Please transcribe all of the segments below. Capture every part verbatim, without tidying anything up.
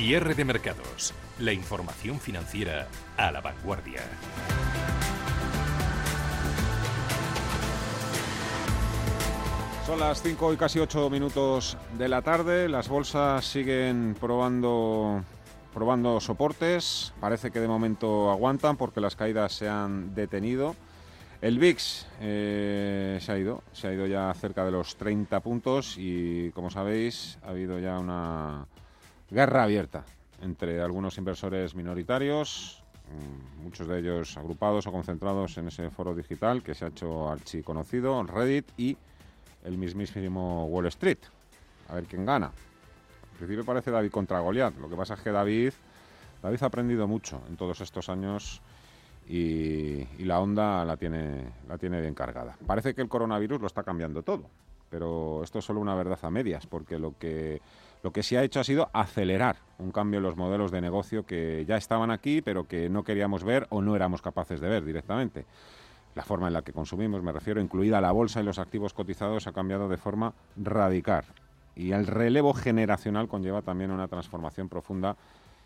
Cierre de mercados. La información financiera a la vanguardia. Son las cinco y casi ocho minutos de la tarde. Las bolsas siguen probando, probando soportes. Parece que de momento aguantan porque las caídas se han detenido. El V I X eh, se ha ido, se ha ido ya cerca de los treinta puntos y, como sabéis, ha habido ya una guerra abierta entre algunos inversores minoritarios, muchos de ellos agrupados o concentrados en ese foro digital que se ha hecho archiconocido, Reddit, y el mismísimo Wall Street. A ver quién gana. En principio parece David contra Goliat. Lo que pasa es que David, David ha aprendido mucho en todos estos años y, y la onda la tiene, la tiene bien cargada. Parece que el coronavirus lo está cambiando todo, pero esto es solo una verdad a medias, porque lo que, lo que sí ha hecho ha sido acelerar un cambio en los modelos de negocio que ya estaban aquí, pero que no queríamos ver o no éramos capaces de ver directamente. La forma en la que consumimos, me refiero, incluida la bolsa y los activos cotizados, ha cambiado de forma radical. Y el relevo generacional conlleva también una transformación profunda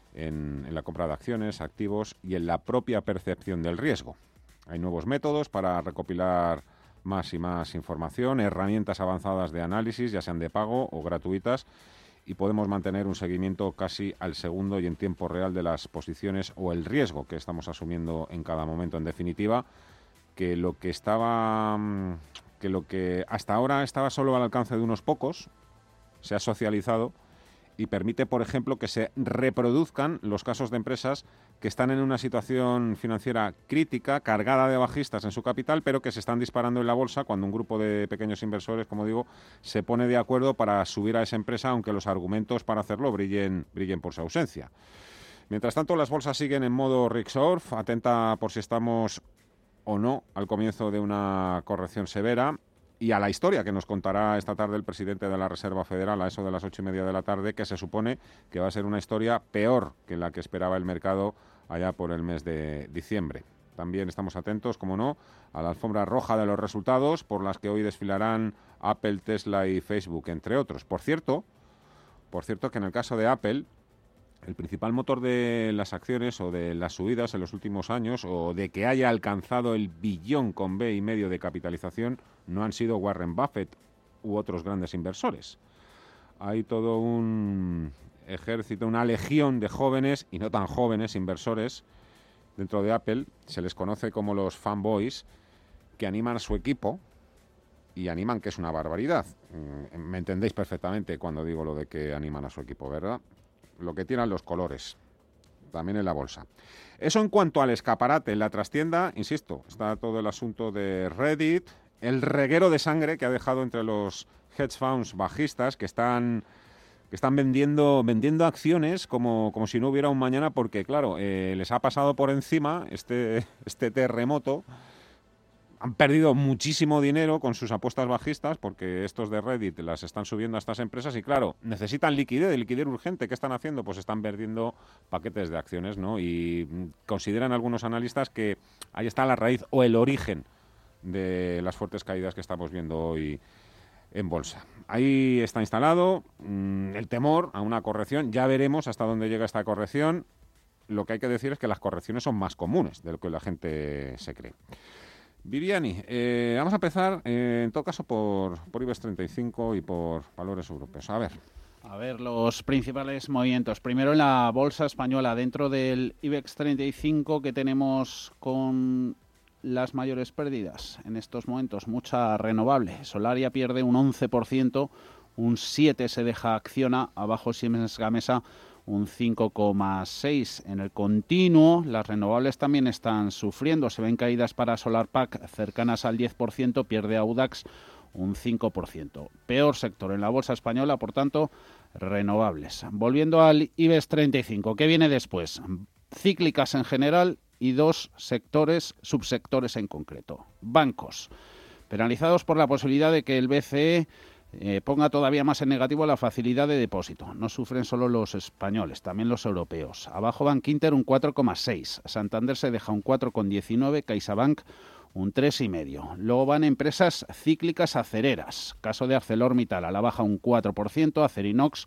en, en la compra de acciones, activos y en la propia percepción del riesgo. Hay nuevos métodos para recopilar más y más información, herramientas avanzadas de análisis, ya sean de pago o gratuitas, y podemos mantener un seguimiento casi al segundo y en tiempo real de las posiciones o el riesgo que estamos asumiendo en cada momento. En definitiva, que lo que estaba, que lo que hasta ahora estaba solo al alcance de unos pocos, se ha socializado y permite, por ejemplo, que se reproduzcan los casos de empresas que están en una situación financiera crítica, cargada de bajistas en su capital, pero que se están disparando en la bolsa cuando un grupo de pequeños inversores, como digo, se pone de acuerdo para subir a esa empresa, aunque los argumentos para hacerlo brillen, brillen por su ausencia. Mientras tanto, las bolsas siguen en modo risk-off, atenta por si estamos o no al comienzo de una corrección severa, y a la historia que nos contará esta tarde el presidente de la Reserva Federal a eso de las ocho y media de la tarde, que se supone que va a ser una historia peor que la que esperaba el mercado allá por el mes de diciembre. También estamos atentos, como no, a la alfombra roja de los resultados, por las que hoy desfilarán Apple, Tesla y Facebook, entre otros. Por cierto, por cierto que en el caso de Apple, el principal motor de las acciones o de las subidas en los últimos años, o de que haya alcanzado el billón con B y medio de capitalización, no han sido Warren Buffett u otros grandes inversores. Hay todo un ejército, una legión de jóvenes y no tan jóvenes inversores dentro de Apple. Se les conoce como los fanboys, que animan a su equipo y animan, que es una barbaridad. Me entendéis perfectamente cuando digo lo de que animan a su equipo, ¿verdad? Lo que tiran los colores, también en la bolsa. Eso en cuanto al escaparate. En la trastienda, insisto, está todo el asunto de Reddit, el reguero de sangre que ha dejado entre los hedge funds bajistas que están, que están vendiendo, vendiendo acciones como, como si no hubiera un mañana, porque, claro, eh, les ha pasado por encima este, este terremoto. Han perdido muchísimo dinero con sus apuestas bajistas porque estos de Reddit las están subiendo a estas empresas y, claro, necesitan liquidez, liquidez urgente. ¿Qué están haciendo? Pues están vendiendo paquetes de acciones, ¿no? Y consideran algunos analistas que ahí está la raíz o el origen de las fuertes caídas que estamos viendo hoy en bolsa. Ahí está instalado mmm, el temor a una corrección. Ya veremos hasta dónde llega esta corrección. Lo que hay que decir es que las correcciones son más comunes de lo que la gente se cree. Viviani, eh, vamos a empezar eh, en todo caso por, por IBEX treinta y cinco y por valores europeos. A ver. A ver, los principales movimientos. Primero en la bolsa española, dentro del IBEX treinta y cinco, que tenemos con las mayores pérdidas en estos momentos, mucha renovable. Solaria pierde un once por ciento, un siete por ciento se deja Acciona, abajo Siemens Gamesa un cinco coma seis por ciento. En el continuo, las renovables también están sufriendo. Se ven caídas para SolarPack cercanas al diez por ciento, pierde Audax un cinco por ciento. Peor sector en la bolsa española, por tanto, renovables. Volviendo al IBEX treinta y cinco, ¿qué viene después? Cíclicas en general y dos sectores, subsectores en concreto. Bancos, penalizados por la posibilidad de que el B C E Eh, ponga todavía más en negativo la facilidad de depósito. No sufren solo los españoles, también los europeos. Abajo Bankinter un cuatro coma seis, Santander se deja un cuatro coma diecinueve, CaixaBank un tres coma cinco. Luego van empresas cíclicas acereras. Caso de ArcelorMittal, a la baja un cuatro por ciento, Acerinox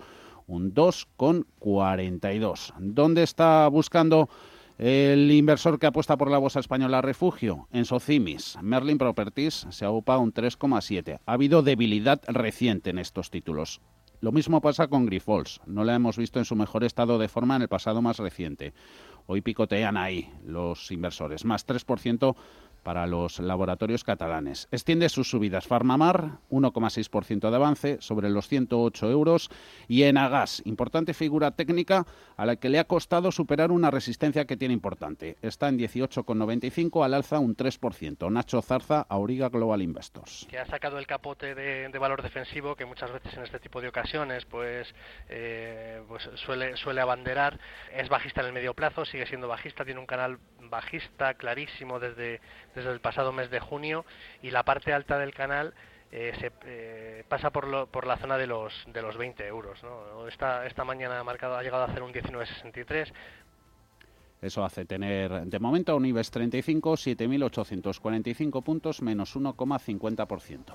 un dos coma cuarenta y dos. ¿Dónde está buscando el inversor que apuesta por la bolsa española refugio? En Socimis. Merlin Properties se aupa un tres coma siete. Ha habido debilidad reciente en estos títulos. Lo mismo pasa con Grifols. No la hemos visto en su mejor estado de forma en el pasado más reciente. Hoy picotean ahí los inversores. Más tres por ciento para los laboratorios catalanes. Extiende sus subidas Farmamar, uno coma seis por ciento de avance sobre los ciento ocho euros. Y Enagas, importante figura técnica a la que le ha costado superar una resistencia que tiene importante. Está en dieciocho coma noventa y cinco, al alza un tres por ciento. Nacho Zarza, Auriga Global Investors. Que ha sacado el capote de, de valor defensivo que muchas veces en este tipo de ocasiones pues, eh, pues suele, suele abanderar. Es bajista en el medio plazo, sigue siendo bajista, tiene un canal bajista clarísimo desde, desde el pasado mes de junio y la parte alta del canal eh, se eh, pasa por, lo, por la zona de los de los veinte euros, ¿no? Esta, esta mañana ha, marcado, ha llegado a hacer un diecinueve coma sesenta y tres. Eso hace tener de momento a un IBEX treinta y cinco, siete mil ochocientos cuarenta y cinco puntos, menos uno coma cincuenta por ciento.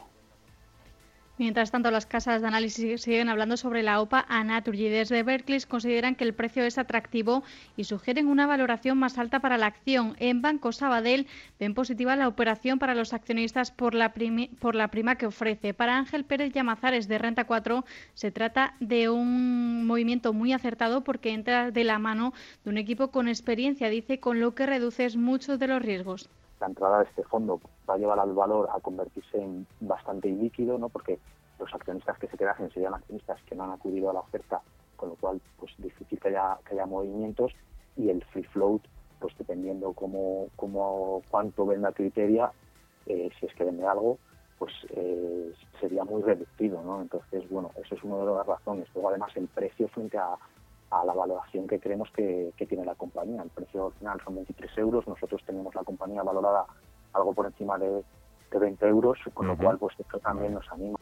Mientras tanto, las casas de análisis siguen hablando sobre la O P A a Naturgy. Desde Berkeley consideran que el precio es atractivo y sugieren una valoración más alta para la acción. En Banco Sabadell ven positiva la operación para los accionistas por la, primi, por la prima que ofrece. Para Ángel Pérez Llamazares de Renta cuatro se trata de un movimiento muy acertado porque entra de la mano de un equipo con experiencia, dice, con lo que reduces muchos de los riesgos. La entrada de este fondo va a llevar al valor a convertirse en bastante ilíquido, ¿no? Porque los accionistas que se quedasen serían accionistas que no han acudido a la oferta, con lo cual pues difícil que haya, que haya movimientos, y el free float, pues dependiendo cómo, cómo cuánto venda Criteria, eh, si es que vende algo, pues eh, sería muy reducido, ¿no? Entonces, bueno, eso es una de las razones. Luego, además, el precio frente a a la valoración que creemos que, que tiene la compañía. El precio final son veintitrés euros, nosotros tenemos la compañía valorada algo por encima de, de veinte euros, con uh-huh. lo cual pues esto también nos anima.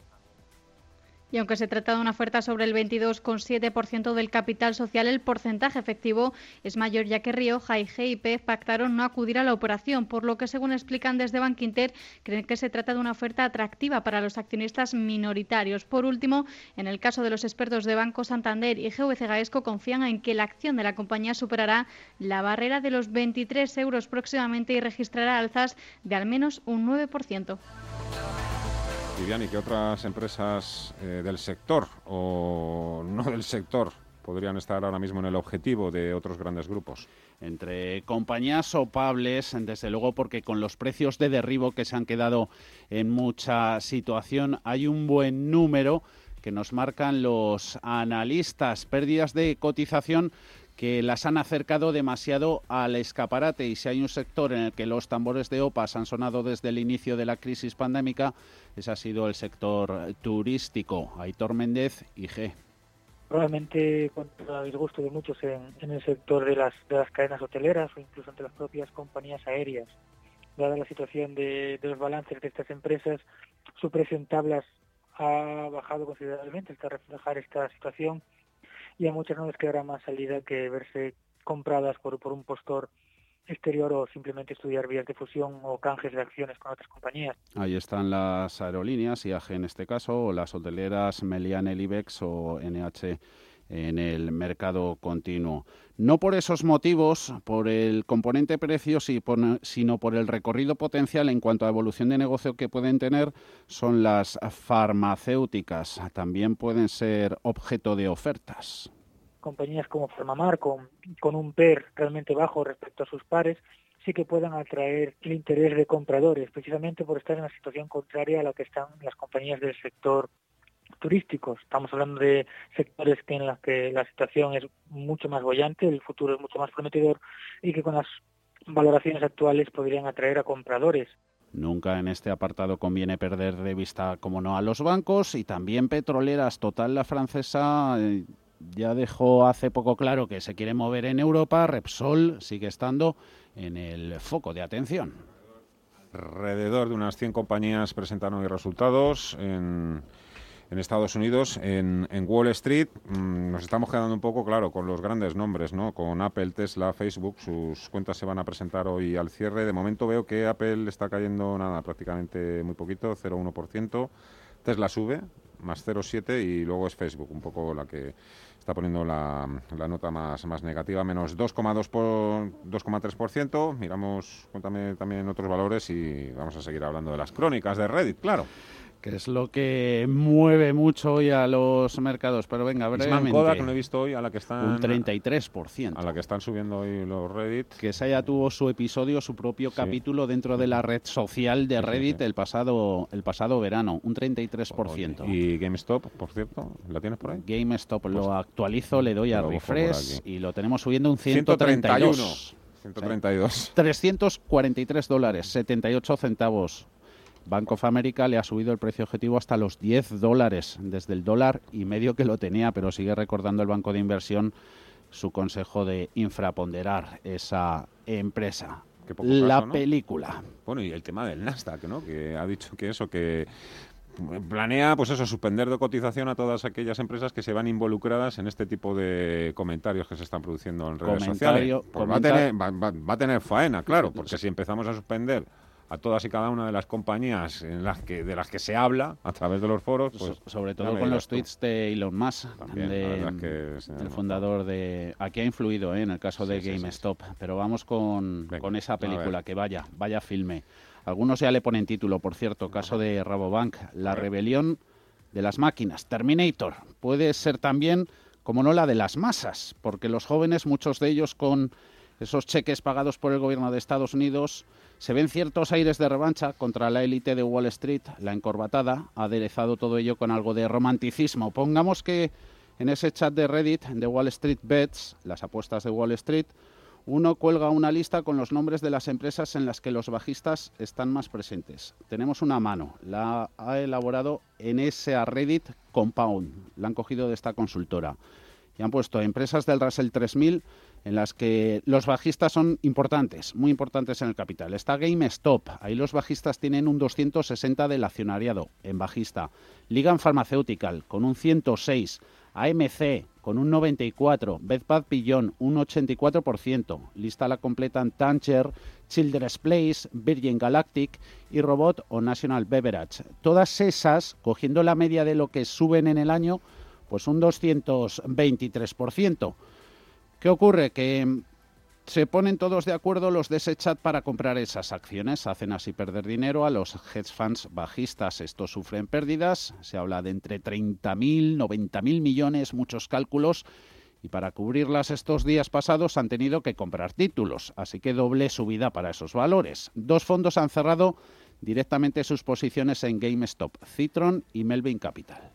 Y aunque se trata de una oferta sobre el veintidós coma siete por ciento del capital social, el porcentaje efectivo es mayor, ya que Rioja y G I P pactaron no acudir a la operación, por lo que, según explican desde Bankinter, creen que se trata de una oferta atractiva para los accionistas minoritarios. Por último, en el caso de los expertos de Banco Santander y G V C Gaesco, confían en que la acción de la compañía superará la barrera de los veintitrés euros próximamente y registrará alzas de al menos un nueve por ciento. Vivian, ¿y qué otras empresas eh, del sector o no del sector podrían estar ahora mismo en el objetivo de otros grandes grupos? Entre compañías sopables, desde luego, porque con los precios de derribo que se han quedado en mucha situación, hay un buen número que nos marcan los analistas. Pérdidas de cotización que las han acercado demasiado al escaparate, y si hay un sector en el que los tambores de O P A S han sonado desde el inicio de la crisis pandémica, ese ha sido el sector turístico. Aitor Méndez, I G. Probablemente contra el disgusto de muchos en, en el sector de las, de las cadenas hoteleras o incluso entre las propias compañías aéreas. Dada la situación de, de los balances de estas empresas, su precio en tablas ha bajado considerablemente hasta reflejar esta situación, y a muchas no les quedará más salida que verse compradas por, por un postor exterior o simplemente estudiar vías de fusión o canjes de acciones con otras compañías. Ahí están las aerolíneas, I A G en este caso, o las hoteleras Meliá en el IBEX o N H en el mercado continuo. No por esos motivos, por el componente precio, sino por el recorrido potencial en cuanto a evolución de negocio que pueden tener, son las farmacéuticas. También pueden ser objeto de ofertas. Compañías como Farmamar, con, con un P E R realmente bajo respecto a sus pares, sí que puedan atraer el interés de compradores, precisamente por estar en la situación contraria a la que están las compañías del sector turísticos. Estamos hablando de sectores que en los que la situación es mucho más boyante, el futuro es mucho más prometedor y que con las valoraciones actuales podrían atraer a compradores. Nunca en este apartado conviene perder de vista, como no, a los bancos y también petroleras. Total, la francesa eh, ya dejó hace poco claro que se quiere mover en Europa. Repsol sigue estando en el foco de atención. Alrededor de unas cien compañías presentaron hoy resultados en... En Estados Unidos, en, en Wall Street, mmm, nos estamos quedando un poco, claro, con los grandes nombres, ¿no? Con Apple, Tesla, Facebook, sus cuentas se van a presentar hoy al cierre. De momento veo que Apple está cayendo, nada, prácticamente muy poquito, cero coma uno por ciento. Tesla sube, más cero coma siete, y luego es Facebook un poco la que está poniendo la, la nota más, más negativa, menos dos coma dos por dos coma tres por ciento. Miramos, cuéntame también otros valores y vamos a seguir hablando de las crónicas de Reddit, claro. Que es lo que mueve mucho hoy a los mercados. Pero venga, brevemente. Kodak, que no he visto hoy, a la que están... Un treinta y tres por ciento. A la que están subiendo hoy los Reddit. Que esa ya tuvo su episodio, su propio sí. capítulo dentro de la red social de Reddit sí, sí, sí. el pasado el pasado verano. Un treinta y tres por ciento. ¿Y GameStop, por cierto? ¿La tienes por ahí? GameStop pues lo actualizo, le doy a refresh y lo tenemos subiendo un ciento treinta y uno. ciento treinta y dos. trescientos cuarenta y tres dólares, setenta y ocho centavos. Bank of America le ha subido el precio objetivo hasta los diez dólares, desde el dólar y medio que lo tenía, pero sigue recordando el banco de inversión su consejo de infraponderar esa empresa. La caso, ¿no? película. Bueno, y el tema del Nasdaq, ¿no? Que ha dicho que eso, que planea, pues eso, suspender de cotización a todas aquellas empresas que se van involucradas en este tipo de comentarios que se están produciendo en redes Comentario, sociales. Pues va, a tener, va, va, va a tener faena, claro, porque si empezamos a suspender a todas y cada una de las compañías en las que de las que se habla a través de los foros, pues sobre todo con los tweets de Elon Musk, también, de, que es, el fundador de... Aquí ha influido ¿eh? en el caso de sí, GameStop, sí, sí. pero vamos con, con esa película, que vaya, vaya filme. Algunos ya le ponen título, por cierto, caso de Rabobank, La rebelión de las máquinas, Terminator. Puede ser también, como no, la de las masas, porque los jóvenes, muchos de ellos con esos cheques pagados por el gobierno de Estados Unidos, se ven ciertos aires de revancha contra la élite de Wall Street, la encorbatada, aderezado todo ello con algo de romanticismo. Pongamos que en ese chat de Reddit, de Wall Street Bets, las apuestas de Wall Street, uno cuelga una lista con los nombres de las empresas en las que los bajistas están más presentes. Tenemos una mano, la ha elaborado en ese Reddit Compound, la han cogido de esta consultora. Y han puesto empresas del Russell tres mil en las que los bajistas son importantes, muy importantes en el capital. Está GameStop, ahí los bajistas tienen un doscientos sesenta del accionariado en bajista. Ligan Pharmaceutical con un ciento seis, A M C con un noventa y cuatro, Bed Bath Beyond un ochenta y cuatro por ciento. Lista la completan Tanger, Children's Place, Virgin Galactic y Robot o National Beverage. Todas esas, cogiendo la media de lo que suben en el año, pues un doscientos veintitrés por ciento. ¿Qué ocurre? Que se ponen todos de acuerdo los de ese chat para comprar esas acciones. Hacen así perder dinero a los hedge funds bajistas. Estos sufren pérdidas. Se habla de entre treinta mil, noventa mil millones, muchos cálculos. Y para cubrirlas estos días pasados han tenido que comprar títulos. Así que doble subida para esos valores. Dos fondos han cerrado directamente sus posiciones en GameStop, Citron y Melvin Capital.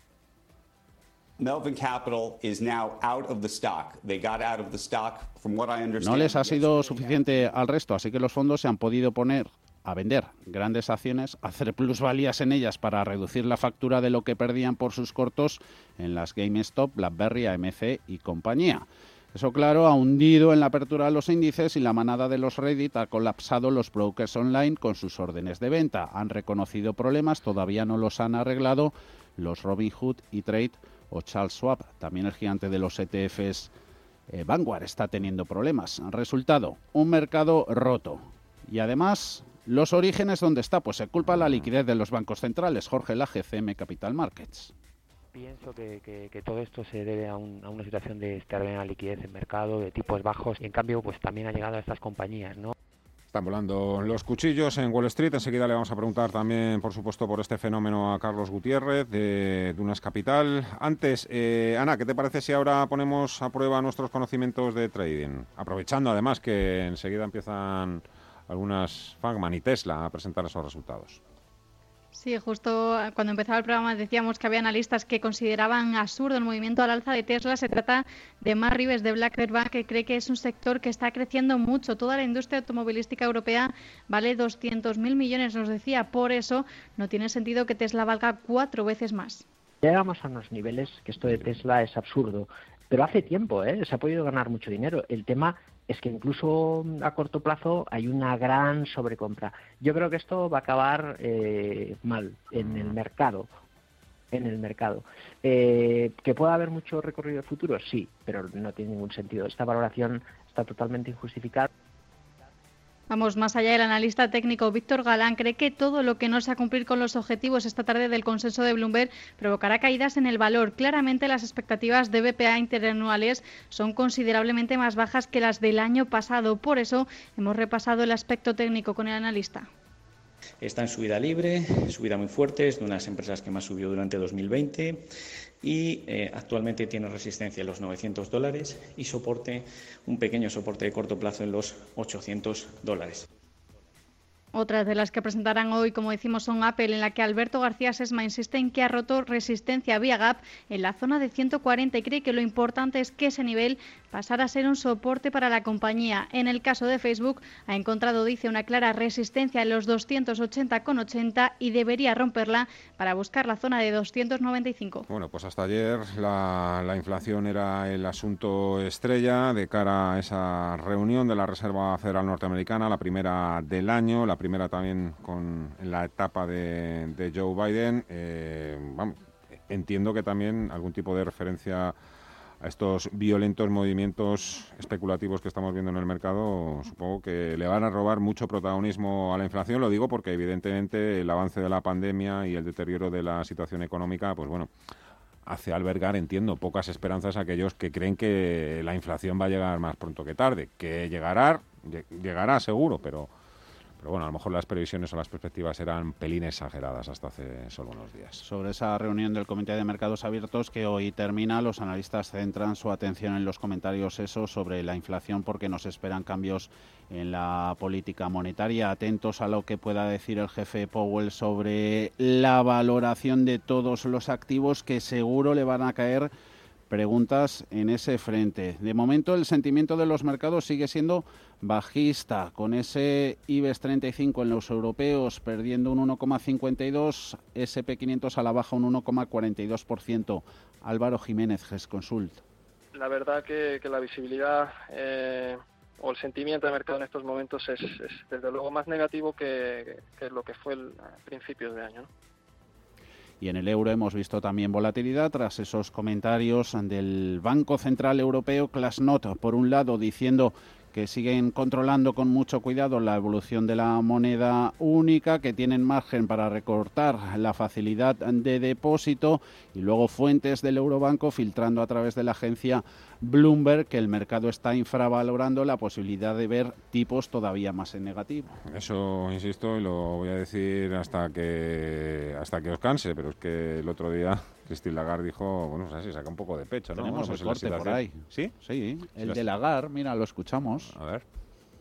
Melvin Capital is now out of the stock. They got out of the stock, from what I understand. No les ha sido suficiente al resto, así que los fondos se han podido poner a vender grandes acciones, hacer plusvalías en ellas para reducir la factura de lo que perdían por sus cortos en las GameStop, BlackBerry, A M C y compañía. Eso, claro, ha hundido en la apertura de los índices y la manada de los Reddit ha colapsado los brokers online con sus órdenes de venta. Han reconocido problemas, todavía no los han arreglado los Robinhood y Trade o Charles Schwab. También el gigante de los E T Fs eh, Vanguard está teniendo problemas. Resultado, un mercado roto. Y además, los orígenes, ¿dónde está? Pues se culpa la liquidez de los bancos centrales. Jorge Laje, C M Capital Markets. Pienso que, que, que todo esto se debe a, un, a una situación de extraordinaria liquidez en mercado, de tipos bajos, y en cambio pues también ha llegado a estas compañías, ¿no? Están volando los cuchillos en Wall Street. Enseguida le vamos a preguntar también, por supuesto, por este fenómeno a Carlos Gutiérrez de Dunas Capital. Antes, eh, Ana, ¿qué te parece si ahora ponemos a prueba nuestros conocimientos de trading? Aprovechando además que enseguida empiezan algunas Fangman y Tesla a presentar esos resultados. Sí, justo cuando empezaba el programa decíamos que había analistas que consideraban absurdo el movimiento al alza de Tesla. Se trata de Mark Rives de BlackRock Bank, que cree que es un sector que está creciendo mucho. Toda la industria automovilística europea vale doscientos mil millones, nos decía. Por eso no tiene sentido que Tesla valga cuatro veces más. Llegamos a unos niveles que esto de Tesla es absurdo. Pero hace tiempo, ¿eh? Se ha podido ganar mucho dinero. El tema es que incluso a corto plazo hay una gran sobrecompra. Yo creo que esto va a acabar eh, mal en el mercado. En el mercado. Eh, ¿Que pueda haber mucho recorrido de futuro? Sí, pero no tiene ningún sentido. Esta valoración está totalmente injustificada. Vamos más allá. El analista técnico Víctor Galán cree que todo lo que no sea cumplir con los objetivos esta tarde del consenso de Bloomberg provocará caídas en el valor. Claramente las expectativas de B P A interanuales son considerablemente más bajas que las del año pasado. Por eso hemos repasado el aspecto técnico con el analista. Está en subida libre, subida muy fuerte, es de unas empresas que más subió durante dos mil veinte y eh, actualmente tiene resistencia en los novecientos dólares y soporte, un pequeño soporte de corto plazo en los ochocientos dólares. Otras de las que presentarán hoy, como decimos, son Apple, en la que Alberto García Sesma insiste en que ha roto resistencia vía gap en la zona de ciento cuarenta y cree que lo importante es que ese nivel pasara a ser un soporte para la compañía. En el caso de Facebook, ha encontrado, dice, una clara resistencia en los doscientos ochenta coma ochenta y debería romperla para buscar la zona de doscientos noventa y cinco. Bueno, pues hasta ayer la, la inflación era el asunto estrella de cara a esa reunión de la Reserva Federal Norteamericana, la primera del año, la primera también con en la etapa de, de Joe Biden. Eh, vamos, entiendo que también algún tipo de referencia a estos violentos movimientos especulativos que estamos viendo en el mercado, supongo que le van a robar mucho protagonismo a la inflación. Lo digo porque evidentemente el avance de la pandemia y el deterioro de la situación económica, pues bueno, hace albergar, entiendo, pocas esperanzas a aquellos que creen que la inflación va a llegar más pronto que tarde, que llegará, llegará seguro, pero... Pero bueno, a lo mejor las previsiones o las perspectivas eran pelín exageradas hasta hace solo unos días. Sobre esa reunión del Comité de Mercados Abiertos que hoy termina, los analistas centran su atención en los comentarios eso sobre la inflación porque nos esperan cambios en la política monetaria. Atentos a lo que pueda decir el jefe Powell sobre la valoración de todos los activos que seguro le van a caer preguntas en ese frente. De momento el sentimiento de los mercados sigue siendo bajista, con ese IBEX treinta y cinco en los europeos perdiendo un uno coma cincuenta y dos, ese ese pe quinientos a la baja un uno coma cuarenta y dos por ciento. Álvaro Jiménez, GESConsult. La verdad que, que la visibilidad eh, o el sentimiento de mercado en estos momentos es, es desde luego más negativo que, que lo que fue el, a principios de año, ¿no? Y en el euro hemos visto también volatilidad tras esos comentarios del Banco Central Europeo, Klasnot, por un lado diciendo que siguen controlando con mucho cuidado la evolución de la moneda única, que tienen margen para recortar la facilidad de depósito, y luego fuentes del Eurobanco filtrando a través de la agencia Bloomberg que el mercado está infravalorando la posibilidad de ver tipos todavía más en negativo. Eso insisto y lo voy a decir hasta que hasta que os canse, pero es que el otro día Christine Lagarde dijo, bueno, o sea, se saca un poco de pecho, ¿no? Tenemos Bueno, pues el corte la por ahí. ¿Sí? Sí, el sí, de Lagarde, mira, lo escuchamos. A ver.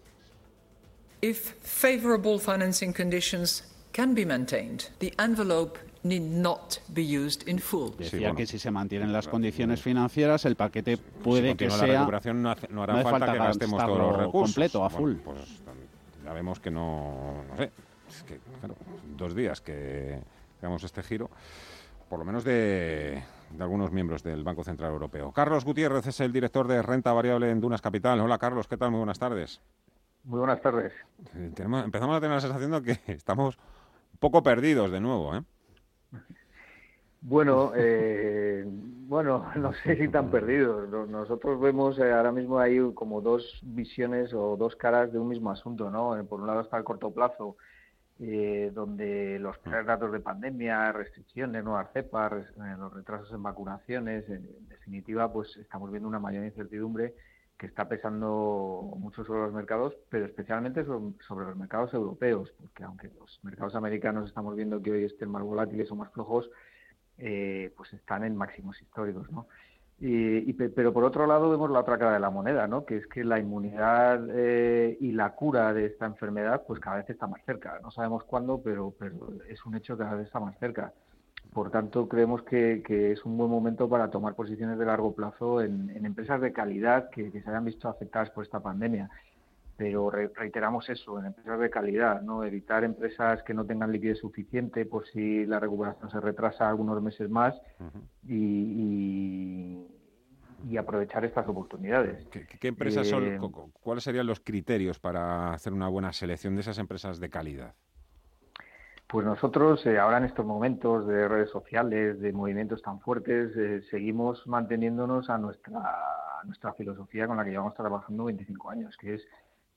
If favorable financing conditions can be maintained, the envelope need not be used in full. Decía sí, bueno, que si se mantienen las condiciones financieras, el paquete puede si que la sea... recuperación no, hace, no hará no falta, falta que gastemos todos los recursos. Completo, a full. Bueno, pues ya vemos que no... No sé, es que, claro, dos días que hagamos este giro, por lo menos de, de algunos miembros del Banco Central Europeo. Carlos Gutiérrez es el director de renta variable en Dunas Capital. Hola, Carlos, ¿qué tal? Muy buenas tardes. Muy buenas tardes. Tenemos, empezamos a tener la sensación de que estamos un poco perdidos de nuevo, ¿eh? Bueno, eh, bueno, no sé si tan perdidos. Nosotros vemos eh, ahora mismo hay como dos visiones o dos caras de un mismo asunto, ¿no? Eh, por un lado está el corto plazo, eh, donde los datos de pandemia, restricciones, nuevas cepas, eh, los retrasos en vacunaciones, en, en definitiva, pues estamos viendo una mayor incertidumbre que está pesando mucho sobre los mercados, pero especialmente sobre, sobre los mercados europeos, porque aunque los mercados americanos estamos viendo que hoy estén más volátiles o más flojos, eh, pues están en máximos históricos, ¿no? Y, y, pero por otro lado vemos la otra cara de la moneda, ¿no? Que es que la inmunidad eh, y la cura de esta enfermedad pues cada vez está más cerca. No sabemos cuándo, pero, pero es un hecho que cada vez está más cerca. Por tanto, creemos que, que es un buen momento para tomar posiciones de largo plazo en, en empresas de calidad que, que se hayan visto afectadas por esta pandemia. Pero re, reiteramos eso, en empresas de calidad, ¿no? Evitar empresas que no tengan liquidez suficiente por si la recuperación se retrasa algunos meses más uh-huh. y, y, y aprovechar estas oportunidades. ¿Qué, qué empresas eh, son? ¿Cuáles serían los criterios para hacer una buena selección de esas empresas de calidad? Pues nosotros, eh, ahora en estos momentos de redes sociales, de movimientos tan fuertes, eh, seguimos manteniéndonos a nuestra, a nuestra filosofía con la que llevamos trabajando veinticinco años, que es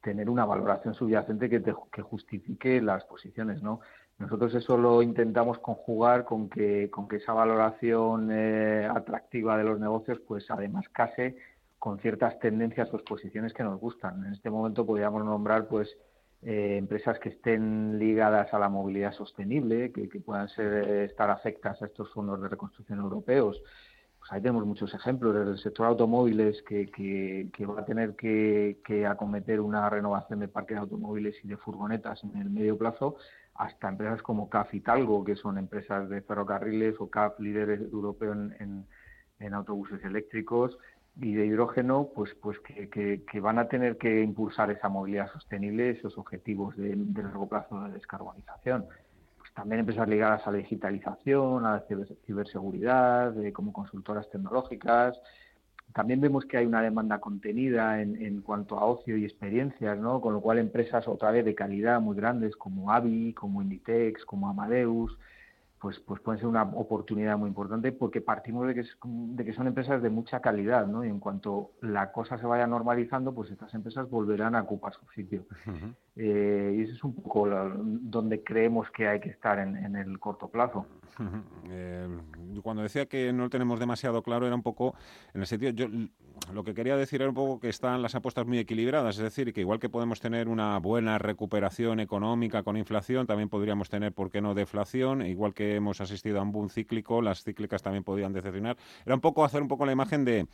tener una valoración subyacente que, te, que justifique las posiciones, ¿no? Nosotros eso lo intentamos conjugar con que, con que esa valoración eh, atractiva de los negocios, pues además case con ciertas tendencias o posiciones que nos gustan. En este momento podríamos nombrar, pues, eh, empresas que estén ligadas a la movilidad sostenible, que, que puedan ser, estar afectas a estos fondos de reconstrucción europeos. Pues ahí tenemos muchos ejemplos. Desde el sector automóviles, que, que, que va a tener que, que acometer una renovación de parque de automóviles y de furgonetas en el medio plazo, hasta empresas como C A F y Talgo, que son empresas de ferrocarriles, o C A F, líder europeo en, en, en autobuses eléctricos y de hidrógeno, pues pues que, que, que van a tener que impulsar esa movilidad sostenible, esos objetivos de, de largo plazo de descarbonización. Pues también empresas ligadas a la digitalización, a la ciberseguridad, de, como consultoras tecnológicas. También vemos que hay una demanda contenida en, en cuanto a ocio y experiencias, ¿no? Con lo cual empresas otra vez de calidad muy grandes como Avi, como Inditex, como Amadeus, pues pues pueden ser una oportunidad muy importante, porque partimos de que, es, de que son empresas de mucha calidad, ¿no? Y en cuanto la cosa se vaya normalizando, pues estas empresas volverán a ocupar su sitio. Uh-huh. Eh, y eso es un poco la, donde creemos que hay que estar en, en el corto plazo. Uh-huh. Eh, cuando decía que no lo tenemos demasiado claro, era un poco en el sentido, yo lo que quería decir era un poco que están las apuestas muy equilibradas, es decir, que igual que podemos tener una buena recuperación económica con inflación, también podríamos tener, ¿por qué no?, deflación, igual que hemos asistido a un boom cíclico, las cíclicas también podrían decepcionar. Era un poco hacer un poco la imagen de,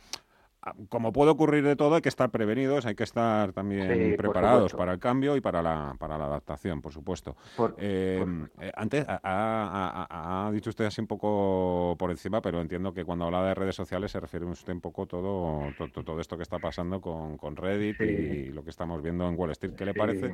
como puede ocurrir de todo, hay que estar prevenidos, hay que estar también sí, preparados para el cambio y para la para la adaptación, por supuesto. Por, eh, por... Eh, antes ha, ha, ha, ha dicho usted así un poco por encima, pero entiendo que cuando habla de redes sociales se refiere usted un poco todo todo, todo esto que está pasando con, con Reddit sí. y lo que estamos viendo en Wall Street. ¿Qué le sí. parece?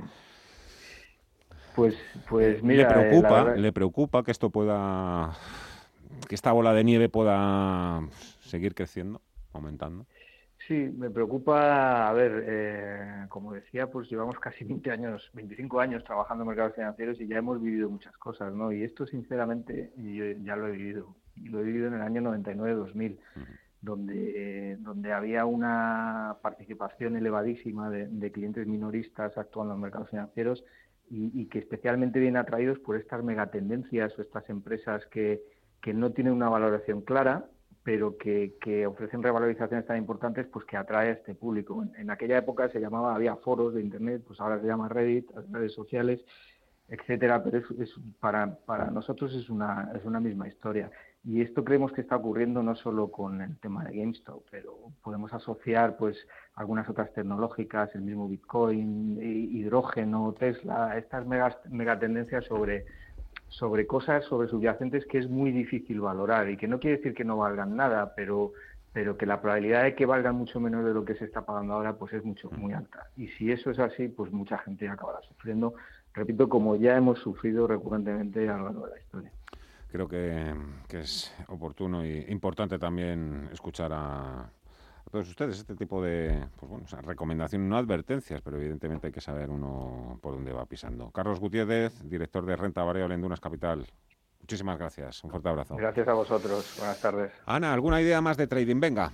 Pues, pues mira, le preocupa, eh, verdad... le preocupa que esto pueda, que esta bola de nieve pueda seguir creciendo, aumentando. Sí, me preocupa, a ver, eh, como decía, pues llevamos casi veinte años, veinticinco años trabajando en mercados financieros y ya hemos vivido muchas cosas, ¿no? Y esto, sinceramente, yo ya lo he vivido, y lo he vivido en el año noventa y nueve dos mil, uh-huh. donde eh, donde había una participación elevadísima de, de clientes minoristas actuando en mercados financieros y, y que especialmente vienen atraídos por estas megatendencias o estas empresas que, que no tienen una valoración clara, pero que, que ofrecen revalorizaciones tan importantes, pues que atrae a este público. En, en aquella época se llamaba, había foros de Internet, pues ahora se llama Reddit, redes sociales, etcétera, pero es, es para, para nosotros es una, es una misma historia. Y esto creemos que está ocurriendo no solo con el tema de GameStop, pero podemos asociar pues algunas otras tecnológicas, el mismo Bitcoin, hidrógeno, Tesla, estas megas, megatendencias sobre... sobre cosas, sobre subyacentes que es muy difícil valorar y que no quiere decir que no valgan nada, pero pero que la probabilidad de que valgan mucho menos de lo que se está pagando ahora pues es mucho muy alta. Y si eso es así, pues mucha gente acabará sufriendo, repito, como ya hemos sufrido recurrentemente a lo largo de la historia. Creo que, que es oportuno y importante también escuchar a... a todos ustedes este tipo de pues bueno, o sea, recomendaciones, no advertencias, pero evidentemente hay que saber uno por dónde va pisando. Carlos Gutiérrez, director de Renta Variable en Dunas Capital. Muchísimas gracias. Un fuerte abrazo. Gracias a vosotros. Buenas tardes. Ana, ¿alguna idea más de trading? Venga.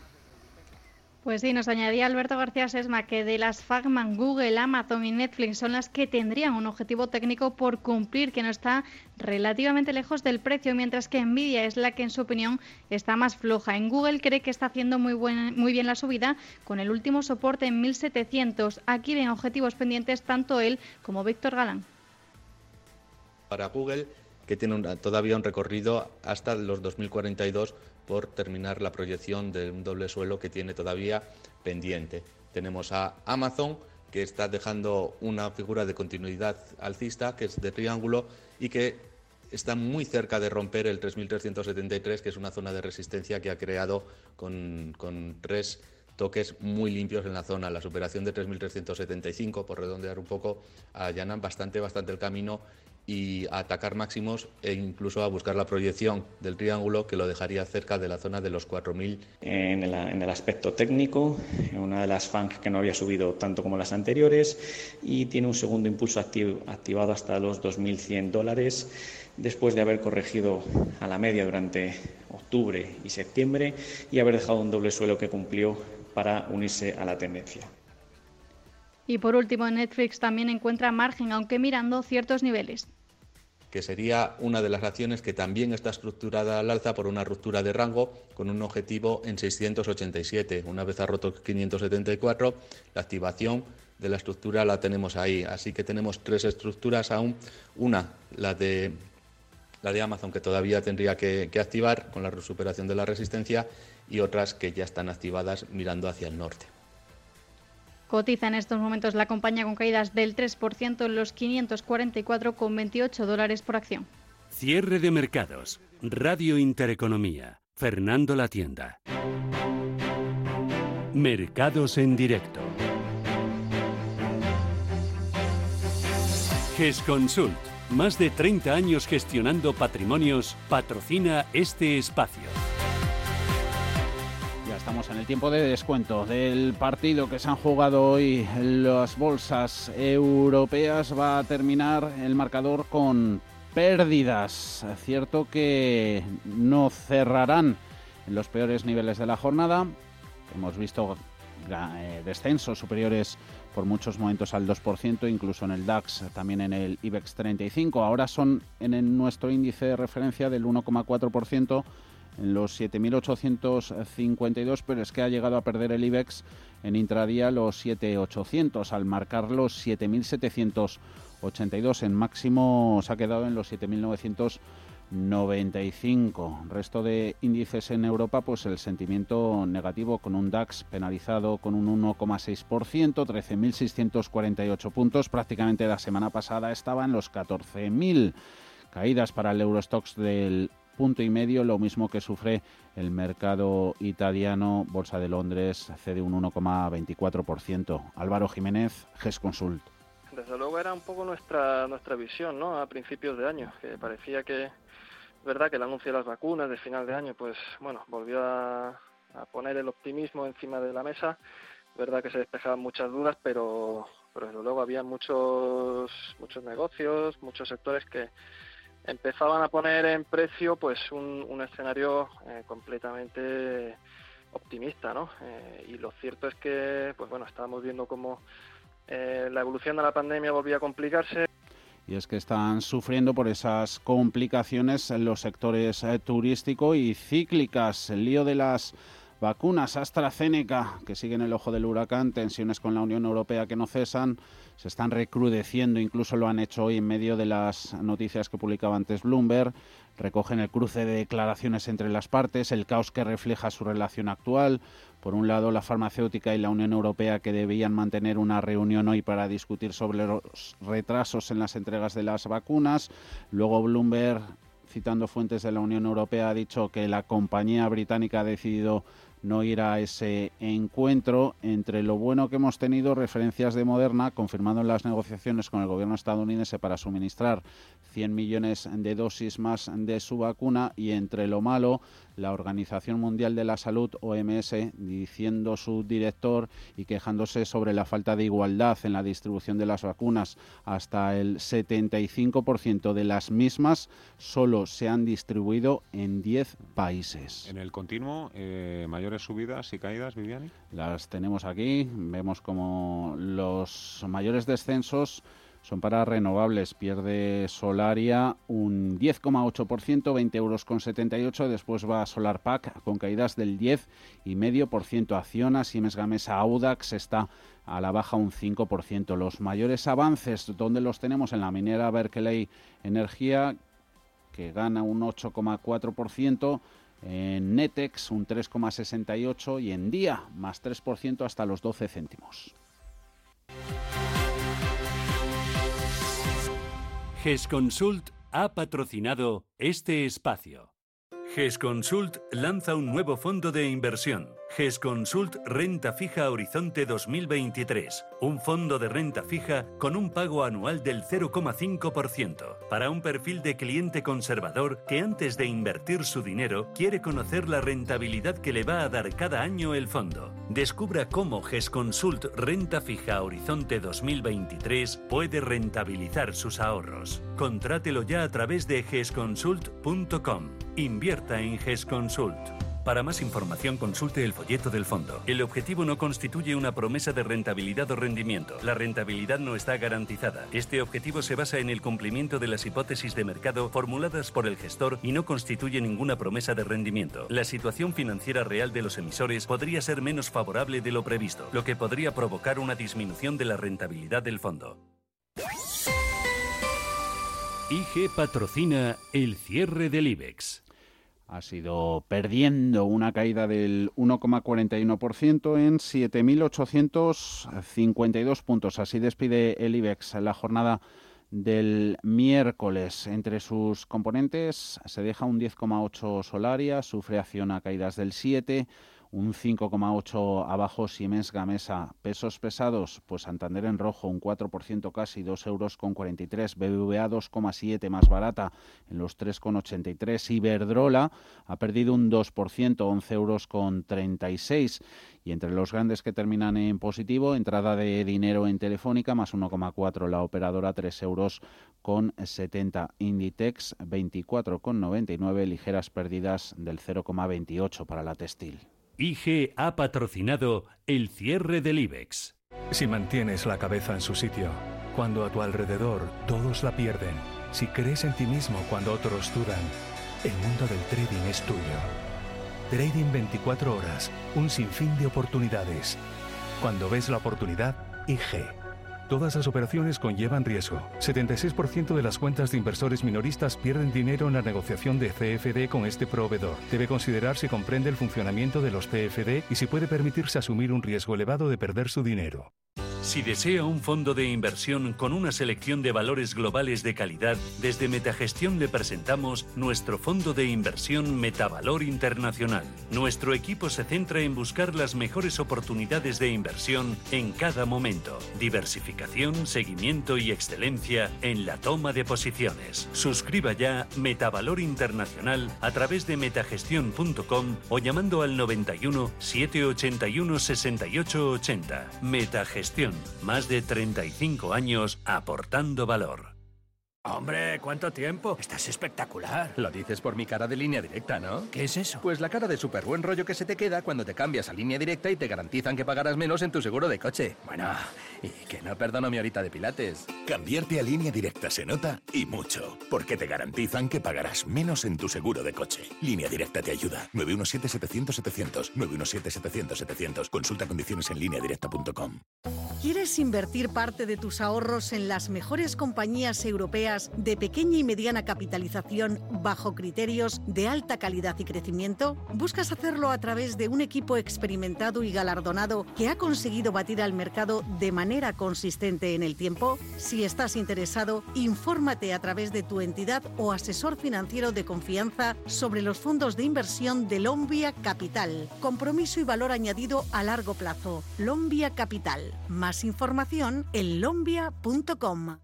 Pues sí, nos añadía Alberto García Sesma que de las Fagman, Google, Amazon y Netflix son las que tendrían un objetivo técnico por cumplir, que no está relativamente lejos del precio, mientras que Nvidia es la que, en su opinión, está más floja. En Google cree que está haciendo muy, buen, muy bien la subida, con el último soporte en mil setecientos. Aquí ven objetivos pendientes tanto él como Víctor Galán. Para Google, que tiene un, todavía un recorrido hasta los dos mil cuarenta y dos por terminar la proyección de un doble suelo que tiene todavía pendiente. Tenemos a Amazon, que está dejando una figura de continuidad alcista, que es de triángulo, y que está muy cerca de romper el tres mil trescientos setenta y tres, que es una zona de resistencia que ha creado con, con tres toques muy limpios en la zona. La superación de tres mil trescientos setenta y cinco, por redondear un poco, allanan bastante, bastante el camino y a atacar máximos e incluso a buscar la proyección del triángulo, que lo dejaría cerca de la zona de los cuatro mil. En el, en el aspecto técnico, una de las F A N G que no había subido tanto como las anteriores y tiene un segundo impulso activ, activado hasta los dos mil cien dólares después de haber corregido a la media durante octubre y septiembre y haber dejado un doble suelo que cumplió para unirse a la tendencia. Y por último, Netflix también encuentra margen, aunque mirando ciertos niveles. Que sería una de las acciones que también está estructurada al alza por una ruptura de rango con un objetivo en seiscientos ochenta y siete. Una vez ha roto quinientos setenta y cuatro, la activación de la estructura la tenemos ahí. Así que tenemos tres estructuras aún. Una, la de, la de Amazon, que todavía tendría que, que activar con la superación de la resistencia, y otras que ya están activadas mirando hacia el norte. Cotiza en estos momentos la compañía con caídas del tres por ciento en los quinientos cuarenta y cuatro con veintiocho dólares por acción. Cierre de mercados. Radio Intereconomía. Fernando Latienda. Mercados en directo. GESConsult, más de treinta años gestionando patrimonios, patrocina este espacio. Ya estamos en el tiempo de descuento del partido que se han jugado hoy en las bolsas europeas. Va a terminar el marcador con pérdidas. Es cierto que no cerrarán en los peores niveles de la jornada. Hemos visto eh, descensos superiores por muchos momentos al dos por ciento, incluso en el DAX, también en el IBEX treinta y cinco. Ahora son en el, nuestro índice de referencia del uno coma cuatro por ciento en los siete mil ochocientos cincuenta y dos, pero es que ha llegado a perder el IBEX en intradía los siete mil ochocientos, al marcar los siete mil setecientos ochenta y dos. En máximo se ha quedado en los siete mil novecientos noventa y cinco. Resto de índices en Europa, pues el sentimiento negativo, con un DAX penalizado con un uno coma seis por ciento, trece mil seiscientos cuarenta y ocho puntos. Prácticamente la semana pasada estaba en los catorce mil. Caídas para el Eurostoxx del punto y medio, lo mismo que sufre el mercado italiano. Bolsa de Londres cede un uno coma veinticuatro por ciento. Álvaro Jiménez, GESConsult. Desde luego era un poco nuestra nuestra visión, ¿no? A principios de año, que parecía que, es verdad que el anuncio de las vacunas de final de año, pues bueno, volvió a, a poner el optimismo encima de la mesa. Es verdad que se despejaban muchas dudas, pero, pero desde luego había muchos muchos negocios, muchos sectores que empezaban a poner en precio pues un, un escenario eh, completamente optimista, ¿no? Eh, y lo cierto es que, pues bueno, estábamos viendo cómo eh, la evolución de la pandemia volvía a complicarse. Y es que están sufriendo por esas complicaciones en los sectores eh, turístico y cíclicas. El lío de las vacunas AstraZeneca, que siguen el ojo del huracán, tensiones con la Unión Europea que no cesan, se están recrudeciendo, incluso lo han hecho hoy en medio de las noticias que publicaba antes Bloomberg. Recogen el cruce de declaraciones entre las partes, el caos que refleja su relación actual. Por un lado, la farmacéutica y la Unión Europea, que debían mantener una reunión hoy para discutir sobre los retrasos en las entregas de las vacunas. Luego Bloomberg, citando fuentes de la Unión Europea, ha dicho que la compañía británica ha decidido no ir a ese encuentro. Entre lo bueno que hemos tenido, referencias de Moderna confirmando las negociaciones con el gobierno estadounidense para suministrar cien millones de dosis más de su vacuna, y entre lo malo, la Organización Mundial de la Salud, O M S, diciendo su director y quejándose sobre la falta de igualdad en la distribución de las vacunas. Hasta el setenta y cinco por ciento de las mismas solo se han distribuido en diez países. En el continuo, eh, mayores subidas y caídas, Viviani. Las tenemos aquí. Vemos como los mayores descensos son para renovables. Pierde Solaria un diez coma ocho por ciento, veinte euros con setenta y ocho. Después va SolarPack con caídas del diez coma cinco por ciento. Acciona, Siemens Gamesa, Audax está a la baja un cinco por ciento. Los mayores avances, ¿dónde los tenemos? En la minera Berkeley Energía, que gana un ocho coma cuatro por ciento. En Netex un tres coma sesenta y ocho por ciento y en Día más tres por ciento hasta los doce céntimos. GESConsult ha patrocinado este espacio. GESConsult lanza un nuevo fondo de inversión. GESConsult Renta Fija Horizonte dos mil veintitrés. Un fondo de renta fija con un pago anual del cero coma cinco por ciento. Para un perfil de cliente conservador que antes de invertir su dinero quiere conocer la rentabilidad que le va a dar cada año el fondo. Descubra cómo GESConsult Renta Fija Horizonte dos mil veintitrés puede rentabilizar sus ahorros. Contrátelo ya a través de gesconsult punto com. Invierta en GESConsult. Para más información consulte el folleto del fondo. El objetivo no constituye una promesa de rentabilidad o rendimiento. La rentabilidad no está garantizada. Este objetivo se basa en el cumplimiento de las hipótesis de mercado formuladas por el gestor y no constituye ninguna promesa de rendimiento. La situación financiera real de los emisores podría ser menos favorable de lo previsto, lo que podría provocar una disminución de la rentabilidad del fondo. I G patrocina el cierre del IBEX. Ha sido perdiendo una caída del uno coma cuarenta y uno por ciento en siete mil ochocientos cincuenta y dos puntos. Así despide el IBEX en la jornada del miércoles. Entre sus componentes se deja un diez coma ocho Solaria, sufre Acciona caídas del siete por ciento, un cinco coma ocho por ciento abajo Siemens Gamesa. Pesos pesados, pues Santander en rojo, un cuatro por ciento casi, dos euros con cuarenta y tres. B B V A dos coma siete más barata, en los tres con ochenta y tres. Iberdrola ha perdido un dos por ciento, once euros con treinta y seis. Y entre los grandes que terminan en positivo, entrada de dinero en Telefónica, más uno coma cuatro la operadora, tres euros con setenta. Inditex, veinticuatro con noventa y nueve, ligeras pérdidas del cero coma veintiocho para la textil. I G ha patrocinado el cierre del IBEX. Si mantienes la cabeza en su sitio, cuando a tu alrededor todos la pierden, si crees en ti mismo cuando otros dudan, el mundo del trading es tuyo. Trading veinticuatro horas, un sinfín de oportunidades. Cuando ves la oportunidad, I G. Todas las operaciones conllevan riesgo. setenta y seis por ciento de las cuentas de inversores minoristas pierden dinero en la negociación de C F D con este proveedor. Debe considerar si comprende el funcionamiento de los C F D y si puede permitirse asumir un riesgo elevado de perder su dinero. Si desea un fondo de inversión con una selección de valores globales de calidad, desde Metagestión le presentamos nuestro fondo de inversión Metavalor Internacional. Nuestro equipo se centra en buscar las mejores oportunidades de inversión en cada momento. Diversificación, seguimiento y excelencia en la toma de posiciones. Suscriba ya Metavalor Internacional a través de metagestión punto com o llamando al noventa y uno, setecientos ochenta y uno, sesenta y ocho ochenta. Metagestión. Más de treinta y cinco años aportando valor. Hombre, ¿cuánto tiempo? Estás espectacular. Lo dices por mi cara de Línea Directa, ¿no? ¿Qué es eso? Pues la cara de súper buen rollo que se te queda cuando te cambias a Línea Directa y te garantizan que pagarás menos en tu seguro de coche. Bueno, y que no perdono mi horita de pilates. Cambiarte a Línea Directa se nota y mucho, porque te garantizan que pagarás menos en tu seguro de coche. Línea Directa te ayuda. nueve uno siete, setecientos, setecientos. nueve uno siete, setecientos, setecientos. Consulta condiciones en línea directa punto com. ¿Quieres invertir parte de tus ahorros en las mejores compañías europeas de pequeña y mediana capitalización bajo criterios de alta calidad y crecimiento? ¿Buscas hacerlo a través de un equipo experimentado y galardonado que ha conseguido batir al mercado de manera consistente en el tiempo? Si estás interesado, infórmate a través de tu entidad o asesor financiero de confianza sobre los fondos de inversión de Lombia Capital. Compromiso y valor añadido a largo plazo. Lombia Capital. Más información en lombia punto com.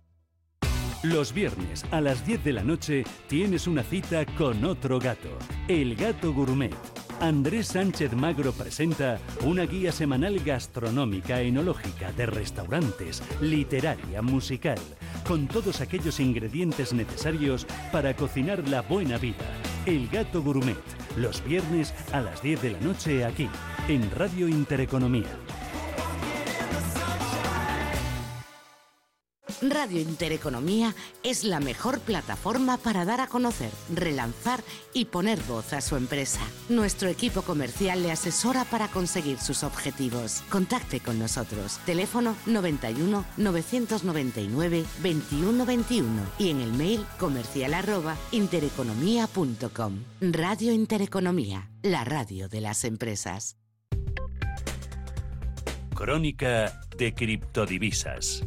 Los viernes a las diez de la noche tienes una cita con otro gato, el Gato Gourmet. Andrés Sánchez Magro presenta una guía semanal gastronómica, enológica, de restaurantes, literaria, musical, con todos aquellos ingredientes necesarios para cocinar la buena vida. El Gato Gourmet, los viernes a las diez de la noche aquí, en Radio Intereconomía. Radio Intereconomía es la mejor plataforma para dar a conocer, relanzar y poner voz a su empresa. Nuestro equipo comercial le asesora para conseguir sus objetivos. Contacte con nosotros. Teléfono noventa y uno, novecientos noventa y nueve, veintiuno veintiuno y en el mail comercial arroba intereconomía punto com. Radio Intereconomía, la radio de las empresas. Crónica de criptodivisas.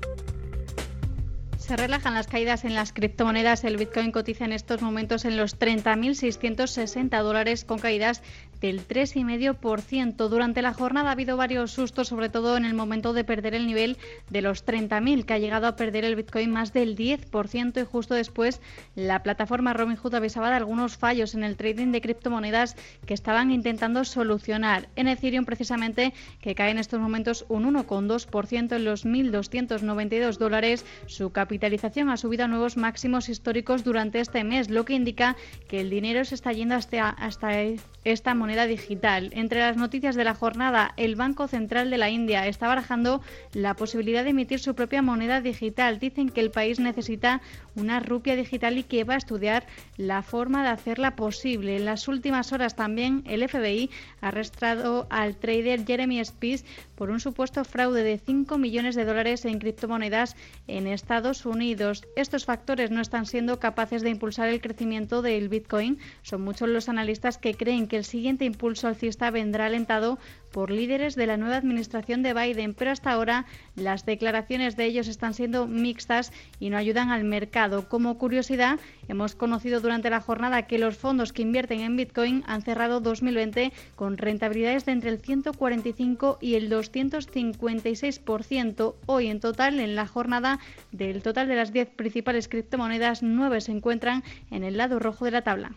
Se relajan las caídas en las criptomonedas. El Bitcoin cotiza en estos momentos en los treinta mil seiscientos sesenta dólares, con caídas del tres coma cinco por ciento. Durante la jornada ha habido varios sustos, sobre todo en el momento de perder el nivel de los treinta mil, que ha llegado a perder el Bitcoin más del diez por ciento, y justo después la plataforma Robinhood avisaba de algunos fallos en el trading de criptomonedas que estaban intentando solucionar. En Ethereum, precisamente, que cae en estos momentos un uno coma dos por ciento en los mil doscientos noventa y dos dólares, su capital capitalización ha subido a nuevos máximos históricos durante este mes, lo que indica que el dinero se está yendo hasta, hasta esta moneda digital. Entre las noticias de la jornada, el Banco Central de la India está barajando la posibilidad de emitir su propia moneda digital. Dicen que el país necesita una rupia digital y que va a estudiar la forma de hacerla posible. En las últimas horas también el F B I ha arrestado al trader Jeremy Spies por un supuesto fraude de cinco millones de dólares en criptomonedas en Estados Unidos. Estos factores no están siendo capaces de impulsar el crecimiento del Bitcoin. Son muchos los analistas que creen que el siguiente impulso alcista vendrá alentado por líderes de la nueva administración de Biden, pero hasta ahora las declaraciones de ellos están siendo mixtas y no ayudan al mercado. Como curiosidad, hemos conocido durante la jornada que los fondos que invierten en Bitcoin han cerrado dos mil veinte con rentabilidades de entre el ciento cuarenta y cinco y el doscientos cincuenta y seis por ciento. Hoy en total, en la jornada, del total de las diez principales criptomonedas, nueve se encuentran en el lado rojo de la tabla.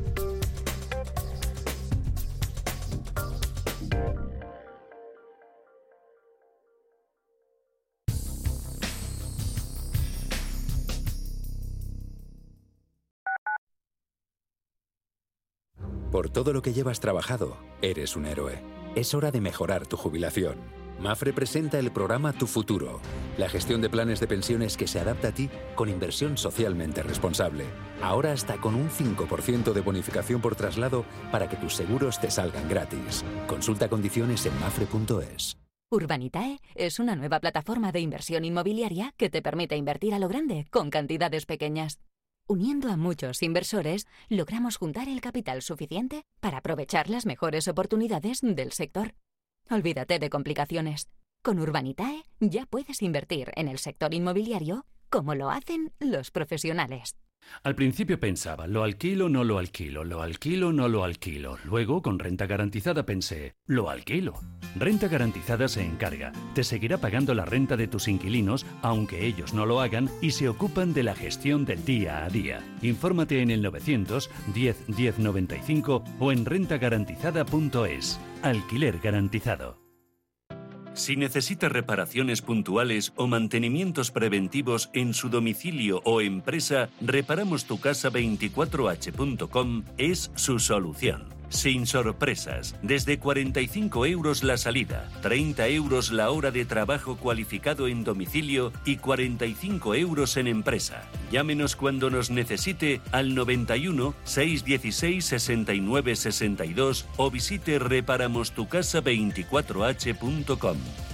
Por todo lo que llevas trabajado, eres un héroe. Es hora de mejorar tu jubilación. Mapfre presenta el programa Tu Futuro, la gestión de planes de pensiones que se adapta a ti con inversión socialmente responsable. Ahora hasta con un cinco por ciento de bonificación por traslado para que tus seguros te salgan gratis. Consulta condiciones en mapfre punto es. Urbanitae es una nueva plataforma de inversión inmobiliaria que te permite invertir a lo grande con cantidades pequeñas. Uniendo a muchos inversores, logramos juntar el capital suficiente para aprovechar las mejores oportunidades del sector. Olvídate de complicaciones. Con Urbanitae ya puedes invertir en el sector inmobiliario como lo hacen los profesionales. Al principio pensaba, lo alquilo, no lo alquilo, lo alquilo, no lo alquilo. Luego, con renta garantizada pensé, lo alquilo. Renta garantizada se encarga. Te seguirá pagando la renta de tus inquilinos, aunque ellos no lo hagan, y se ocupan de la gestión del día a día. Infórmate en el novecientos diez diez noventa y cinco o en renta garantizada punto es. Alquiler garantizado. Si necesita reparaciones puntuales o mantenimientos preventivos en su domicilio o empresa, reparamos tu casa veinticuatro horas punto com es su solución. Sin sorpresas, desde cuarenta y cinco euros la salida, treinta euros la hora de trabajo cualificado en domicilio y cuarenta y cinco euros en empresa. Llámenos cuando nos necesite al noventa y uno, seiscientos dieciséis, sesenta y nueve sesenta y dos o visite reparamos tu casa veinticuatro horas punto com.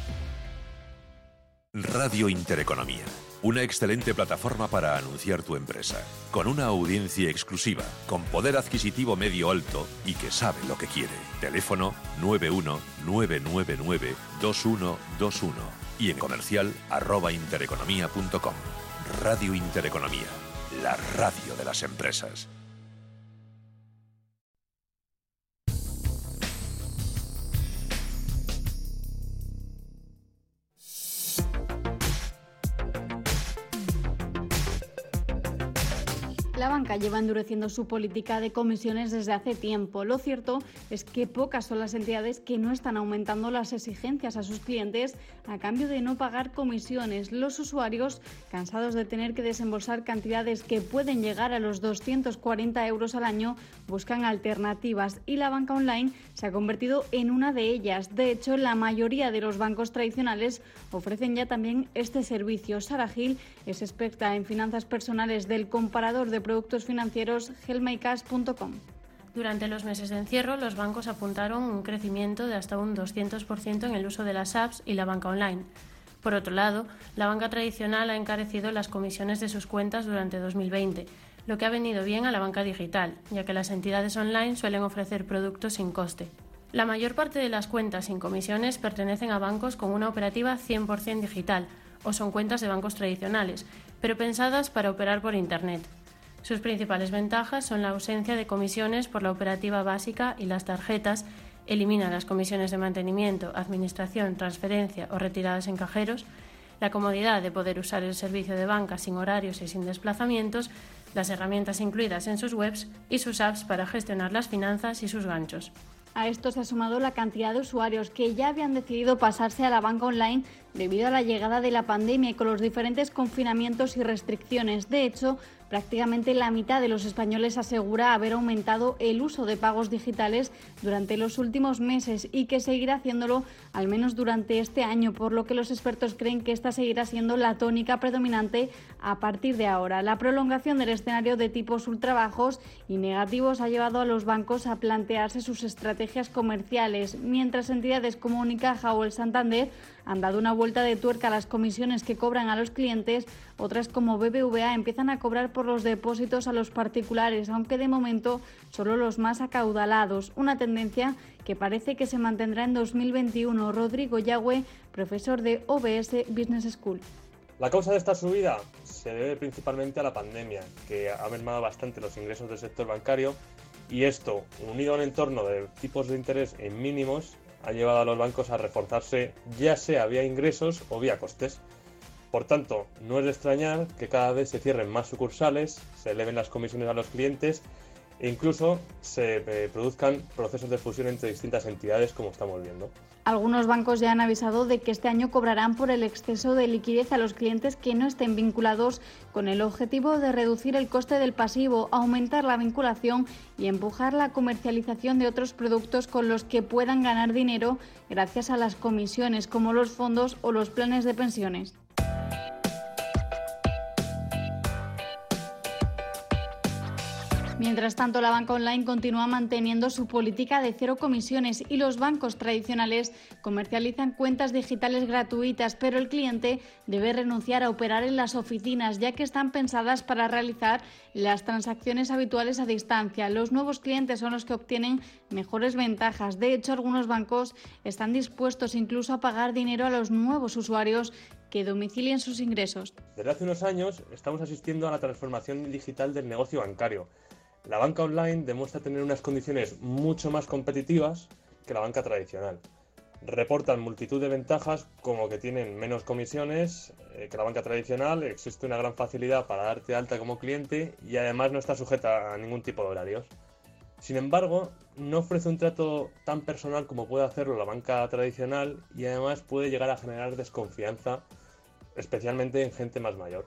Radio Intereconomía. Una excelente plataforma para anunciar tu empresa, con una audiencia exclusiva, con poder adquisitivo medio alto y que sabe lo que quiere. Teléfono nueve uno nueve nueve nueve dos uno dos uno y en comercial arroba intereconomía punto com. Radio Intereconomía, la radio de las empresas. La banca lleva endureciendo su política de comisiones desde hace tiempo. Lo cierto es que pocas son las entidades que no están aumentando las exigencias a sus clientes a cambio de no pagar comisiones. Los usuarios, cansados de tener que desembolsar cantidades que pueden llegar a los doscientos cuarenta euros al año, buscan alternativas y la banca online se ha convertido en una de ellas. De hecho, la mayoría de los bancos tradicionales ofrecen ya también este servicio. Sara Gil es experta en finanzas personales del comparador de productos financieros helpmycash punto com. Durante los meses de encierro, los bancos apuntaron un crecimiento de hasta un doscientos por ciento en el uso de las apps y la banca online. Por otro lado, la banca tradicional ha encarecido las comisiones de sus cuentas durante dos mil veinte, lo que ha venido bien a la banca digital, ya que las entidades online suelen ofrecer productos sin coste. La mayor parte de las cuentas sin comisiones pertenecen a bancos con una operativa cien por ciento digital, o son cuentas de bancos tradicionales, pero pensadas para operar por Internet. Sus principales ventajas son la ausencia de comisiones por la operativa básica y las tarjetas, elimina las comisiones de mantenimiento, administración, transferencia o retiradas en cajeros, la comodidad de poder usar el servicio de banca sin horarios y sin desplazamientos, las herramientas incluidas en sus webs y sus apps para gestionar las finanzas y sus ganchos. A esto se ha sumado la cantidad de usuarios que ya habían decidido pasarse a la banca online debido a la llegada de la pandemia y con los diferentes confinamientos y restricciones. De hecho, prácticamente la mitad de los españoles asegura haber aumentado el uso de pagos digitales durante los últimos meses y que seguirá haciéndolo al menos durante este año, por lo que los expertos creen que esta seguirá siendo la tónica predominante a partir de ahora. La prolongación del escenario de tipos ultrabajos y negativos ha llevado a los bancos a plantearse sus estrategias comerciales, mientras entidades como Unicaja o el Santander han dado una vuelta de tuerca a las comisiones que cobran a los clientes. Otras como B B V A empiezan a cobrar por los depósitos a los particulares, aunque de momento solo los más acaudalados. Una tendencia que parece que se mantendrá en dos mil veintiuno. Rodrigo Yagüe, profesor de O B S Business School. La causa de esta subida se debe principalmente a la pandemia, que ha mermado bastante los ingresos del sector bancario, y esto, unido a un entorno de tipos de interés en mínimos, ha llevado a los bancos a reforzarse ya sea vía ingresos o vía costes. Por tanto, no es de extrañar que cada vez se cierren más sucursales, se eleven las comisiones a los clientes e incluso se eh, produzcan procesos de fusión entre distintas entidades, como estamos viendo. Algunos bancos ya han avisado de que este año cobrarán por el exceso de liquidez a los clientes que no estén vinculados, con el objetivo de reducir el coste del pasivo, aumentar la vinculación y empujar la comercialización de otros productos con los que puedan ganar dinero gracias a las comisiones, como los fondos o los planes de pensiones. Mientras tanto, la banca online continúa manteniendo su política de cero comisiones y los bancos tradicionales comercializan cuentas digitales gratuitas, pero el cliente debe renunciar a operar en las oficinas, ya que están pensadas para realizar las transacciones habituales a distancia. Los nuevos clientes son los que obtienen mejores ventajas. De hecho, algunos bancos están dispuestos incluso a pagar dinero a los nuevos usuarios que domicilien sus ingresos. Desde hace unos años estamos asistiendo a la transformación digital del negocio bancario. La banca online demuestra tener unas condiciones mucho más competitivas que la banca tradicional. Reportan multitud de ventajas, como que tienen menos comisiones eh, que la banca tradicional, existe una gran facilidad para darte de alta como cliente y además no está sujeta a ningún tipo de horarios. Sin embargo, no ofrece un trato tan personal como puede hacerlo la banca tradicional y además puede llegar a generar desconfianza, especialmente en gente más mayor.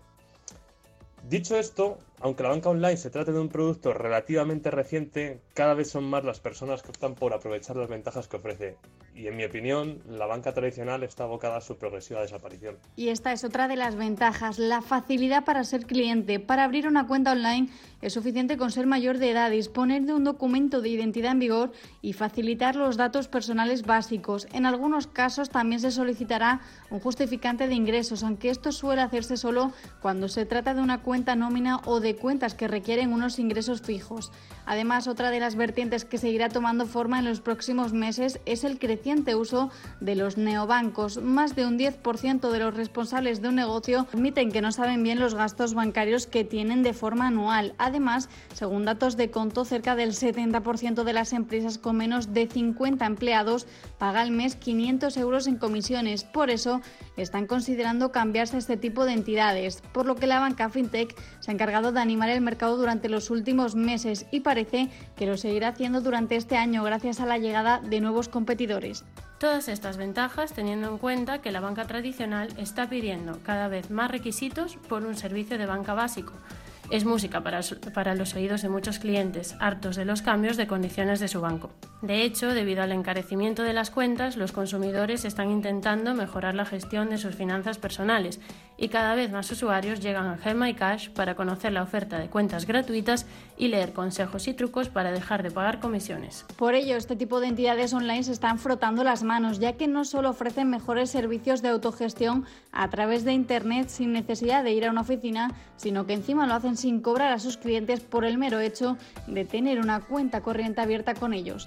Dicho esto, aunque la banca online se trate de un producto relativamente reciente, cada vez son más las personas que optan por aprovechar las ventajas que ofrece. Y en mi opinión, la banca tradicional está abocada a su progresiva desaparición. Y esta es otra de las ventajas, la facilidad para ser cliente. Para abrir una cuenta online es suficiente con ser mayor de edad, disponer de un documento de identidad en vigor y facilitar los datos personales básicos. En algunos casos también se solicitará un justificante de ingresos, aunque esto suele hacerse solo cuando se trata de una cuenta nómina o de cuentas que requieren unos ingresos fijos. Además, otra de las vertientes que seguirá tomando forma en los próximos meses es el creciente uso de los neobancos. Más de un diez por ciento de los responsables de un negocio admiten que no saben bien los gastos bancarios que tienen de forma anual. Además, según datos de Conto, cerca del setenta por ciento de las empresas con menos de cincuenta empleados paga al mes quinientos euros en comisiones. Por eso, están considerando cambiarse a este tipo de entidades, por lo que la banca FinTech se ha encargado de animar el mercado durante los últimos meses y parece que lo seguirá haciendo durante este año gracias a la llegada de nuevos competidores. Todas estas ventajas teniendo en cuenta que la banca tradicional está pidiendo cada vez más requisitos por un servicio de banca básico. Es música para, para los oídos de muchos clientes, hartos de los cambios de condiciones de su banco. De hecho, debido al encarecimiento de las cuentas, los consumidores están intentando mejorar la gestión de sus finanzas personales y cada vez más usuarios llegan a Help My Cash para conocer la oferta de cuentas gratuitas y leer consejos y trucos para dejar de pagar comisiones. Por ello, este tipo de entidades online se están frotando las manos, ya que no solo ofrecen mejores servicios de autogestión a través de Internet sin necesidad de ir a una oficina, sino que encima lo hacen sin cobrar a sus clientes por el mero hecho de tener una cuenta corriente abierta con ellos.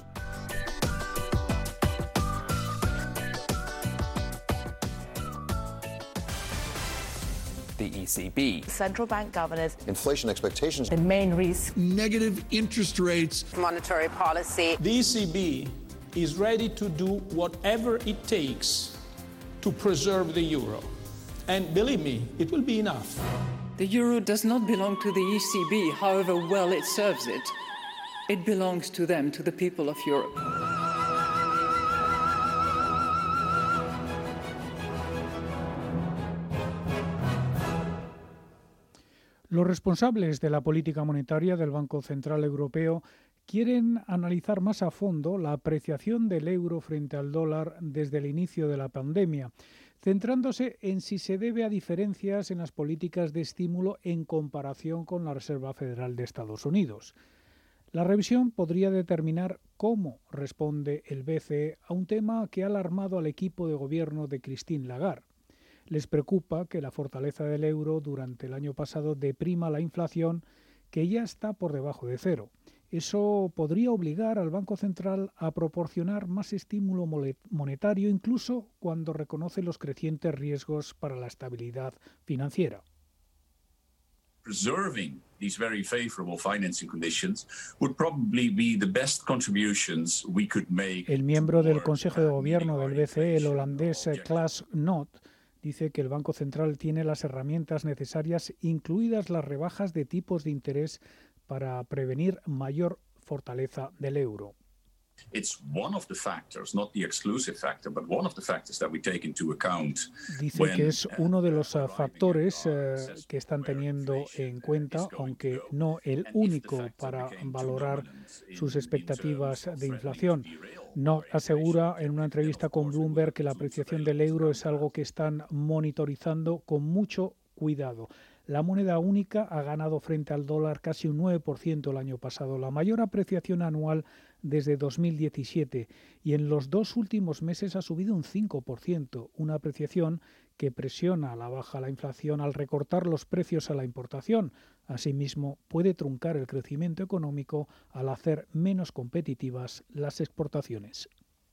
The E C B. Central bank governors. Inflation expectations. The main risk. Negative interest rates. Monetary policy. The E C B is ready to do whatever it takes to preserve the euro. And believe me, it will be enough. The euro does not belong to the E C B, however well it serves it. It belongs to them, to the people of Europe. Los responsables de la política monetaria del Banco Central Europeo quieren analizar más a fondo la apreciación del euro frente al dólar desde el inicio de la pandemia, centrándose en si se debe a diferencias en las políticas de estímulo en comparación con la Reserva Federal de Estados Unidos. La revisión podría determinar cómo responde el B C E a un tema que ha alarmado al equipo de gobierno de Christine Lagarde. Les preocupa que la fortaleza del euro durante el año pasado deprima la inflación, que ya está por debajo de cero. Eso podría obligar al Banco Central a proporcionar más estímulo monetario, incluso cuando reconoce los crecientes riesgos para la estabilidad financiera. Preserving these very favorable financing conditions would probably be the best contributions we could make. El miembro del Consejo de Gobierno del B C E, el holandés Klaas Knot, dice que el Banco Central tiene las herramientas necesarias, incluidas las rebajas de tipos de interés, para prevenir mayor fortaleza del euro. Dice que es uno de los factores eh, que están teniendo en cuenta, aunque no el único, para valorar sus expectativas de inflación. No asegura en una entrevista con Bloomberg que la apreciación del euro es algo que están monitorizando con mucho cuidado. La moneda única ha ganado frente al dólar casi un nueve por ciento el año pasado, la mayor apreciación anual desde dos mil diecisiete, y en los dos últimos meses ha subido un cinco por ciento, una apreciación que presiona a la baja la inflación al recortar los precios a la importación. Asimismo, puede truncar el crecimiento económico al hacer menos competitivas las exportaciones.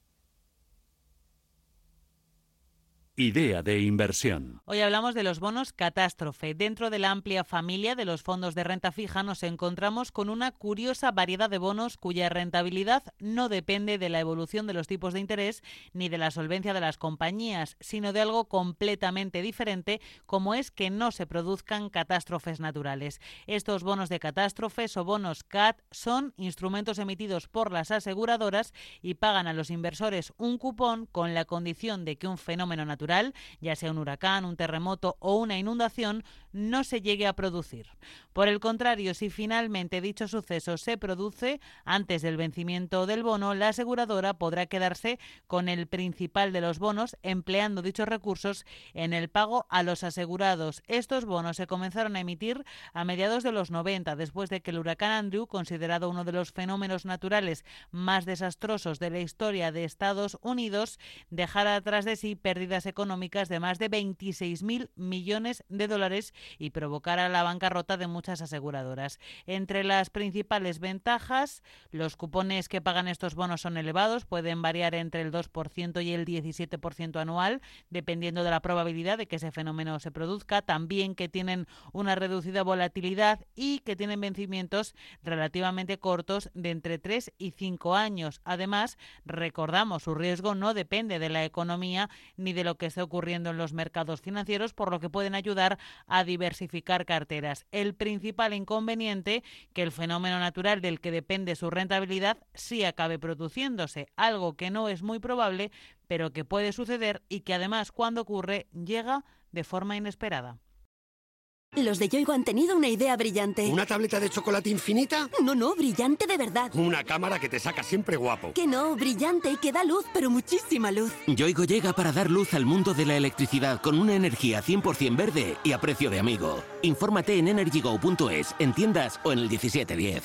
Idea de inversión. Hoy hablamos de los bonos catástrofe. Dentro de la amplia familia de los fondos de renta fija nos encontramos con una curiosa variedad de bonos cuya rentabilidad no depende de la evolución de los tipos de interés ni de la solvencia de las compañías, sino de algo completamente diferente, como es que no se produzcan catástrofes naturales. Estos bonos de catástrofes o bonos C A T son instrumentos emitidos por las aseguradoras y pagan a los inversores un cupón con la condición de que un fenómeno natural, ya sea un huracán, un terremoto o una inundación, no se llegue a producir. Por el contrario, si finalmente dicho suceso se produce antes del vencimiento del bono, la aseguradora podrá quedarse con el principal de los bonos, empleando dichos recursos en el pago a los asegurados. Estos bonos se comenzaron a emitir a mediados de los noventa, después de que el huracán Andrew, considerado uno de los fenómenos naturales más desastrosos de la historia de Estados Unidos, dejara atrás de sí pérdidas económicas de más de veintiséis mil millones de dólares y provocara la bancarrota de muchas aseguradoras. Entre las principales ventajas, los cupones que pagan estos bonos son elevados, pueden variar entre el dos por ciento y el diecisiete por ciento anual, dependiendo de la probabilidad de que ese fenómeno se produzca, también que tienen una reducida volatilidad y que tienen vencimientos relativamente cortos de entre tres y cinco años. Además, recordamos, su riesgo no depende de la economía ni de lo que esté ocurriendo en los mercados financieros, por lo que pueden ayudar a diversificar carteras. El principal inconveniente, que el fenómeno natural del que depende su rentabilidad sí acabe produciéndose, algo que no es muy probable, pero que puede suceder y que además, cuando ocurre, llega de forma inesperada. Los de Yoigo han tenido una idea brillante. ¿Una tableta de chocolate infinita? No, no, brillante de verdad. Una cámara que te saca siempre guapo. Que no, brillante y que da luz, pero muchísima luz. Yoigo llega para dar luz al mundo de la electricidad con una energía cien por ciento verde y a precio de amigo. Infórmate en energygo punto es, en tiendas o en el diecisiete diez.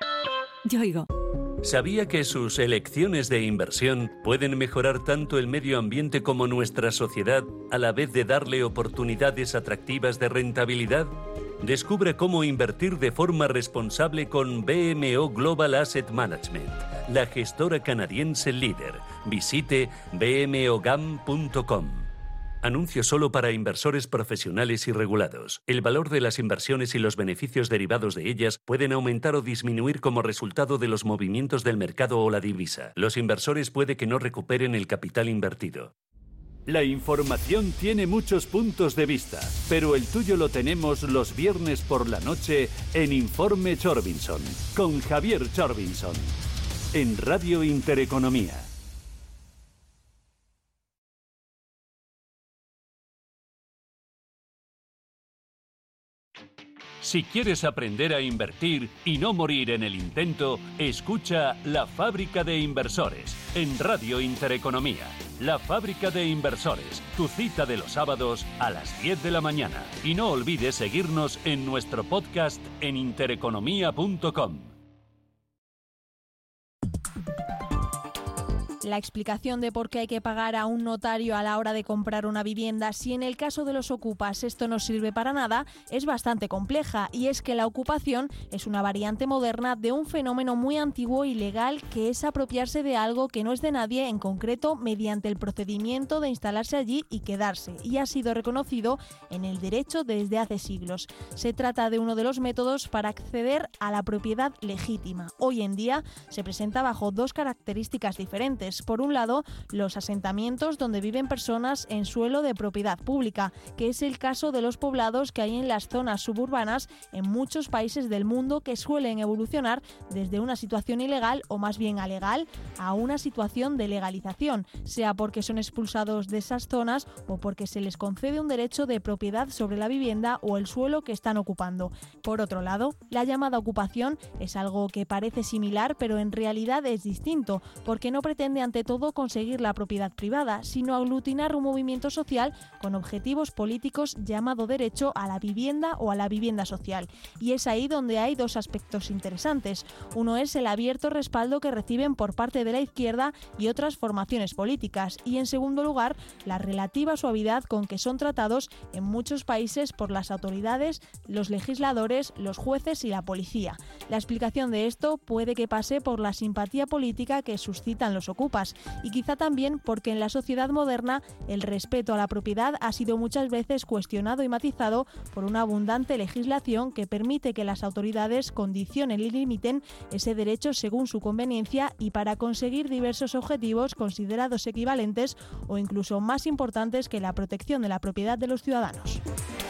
Yoigo. ¿Sabía que sus elecciones de inversión pueden mejorar tanto el medio ambiente como nuestra sociedad, a la vez de darle oportunidades atractivas de rentabilidad? Descubre cómo invertir de forma responsable con B M O Global Asset Management, la gestora canadiense líder. Visite b m o gam punto com. Anuncio solo para inversores profesionales y regulados. El valor de las inversiones y los beneficios derivados de ellas pueden aumentar o disminuir como resultado de los movimientos del mercado o la divisa. Los inversores puede que no recuperen el capital invertido. La información tiene muchos puntos de vista, pero el tuyo lo tenemos los viernes por la noche en Informe Chorbinson, con Javier Chorbinson, en Radio Intereconomía. Si quieres aprender a invertir y no morir en el intento, escucha La Fábrica de Inversores en Radio Intereconomía. La Fábrica de Inversores, tu cita de los sábados a las diez de la mañana. Y no olvides seguirnos en nuestro podcast en intereconomía punto com. La explicación de por qué hay que pagar a un notario a la hora de comprar una vivienda, si en el caso de los ocupas esto no sirve para nada, es bastante compleja, y es que la ocupación es una variante moderna de un fenómeno muy antiguo y legal, que es apropiarse de algo que no es de nadie, en concreto mediante el procedimiento de instalarse allí y quedarse, y ha sido reconocido en el derecho desde hace siglos. Se trata de uno de los métodos para acceder a la propiedad legítima. Hoy en día se presenta bajo dos características diferentes. Por un lado, los asentamientos donde viven personas en suelo de propiedad pública, que es el caso de los poblados que hay en las zonas suburbanas en muchos países del mundo, que suelen evolucionar desde una situación ilegal, o más bien alegal, a una situación de legalización, sea porque son expulsados de esas zonas o porque se les concede un derecho de propiedad sobre la vivienda o el suelo que están ocupando. Por otro lado, la llamada ocupación es algo que parece similar, pero en realidad es distinto, porque no pretende ante todo conseguir la propiedad privada, sino aglutinar un movimiento social con objetivos políticos llamado derecho a la vivienda o a la vivienda social. Y es ahí donde hay dos aspectos interesantes. Uno es el abierto respaldo que reciben por parte de la izquierda y otras formaciones políticas, y en segundo lugar, la relativa suavidad con que son tratados en muchos países por las autoridades, los legisladores, los jueces y la policía. La explicación de esto puede que pase por la simpatía política que suscitan los ocupas, y quizá también porque en la sociedad moderna el respeto a la propiedad ha sido muchas veces cuestionado y matizado por una abundante legislación que permite que las autoridades condicionen y limiten ese derecho según su conveniencia, y para conseguir diversos objetivos considerados equivalentes o incluso más importantes que la protección de la propiedad de los ciudadanos.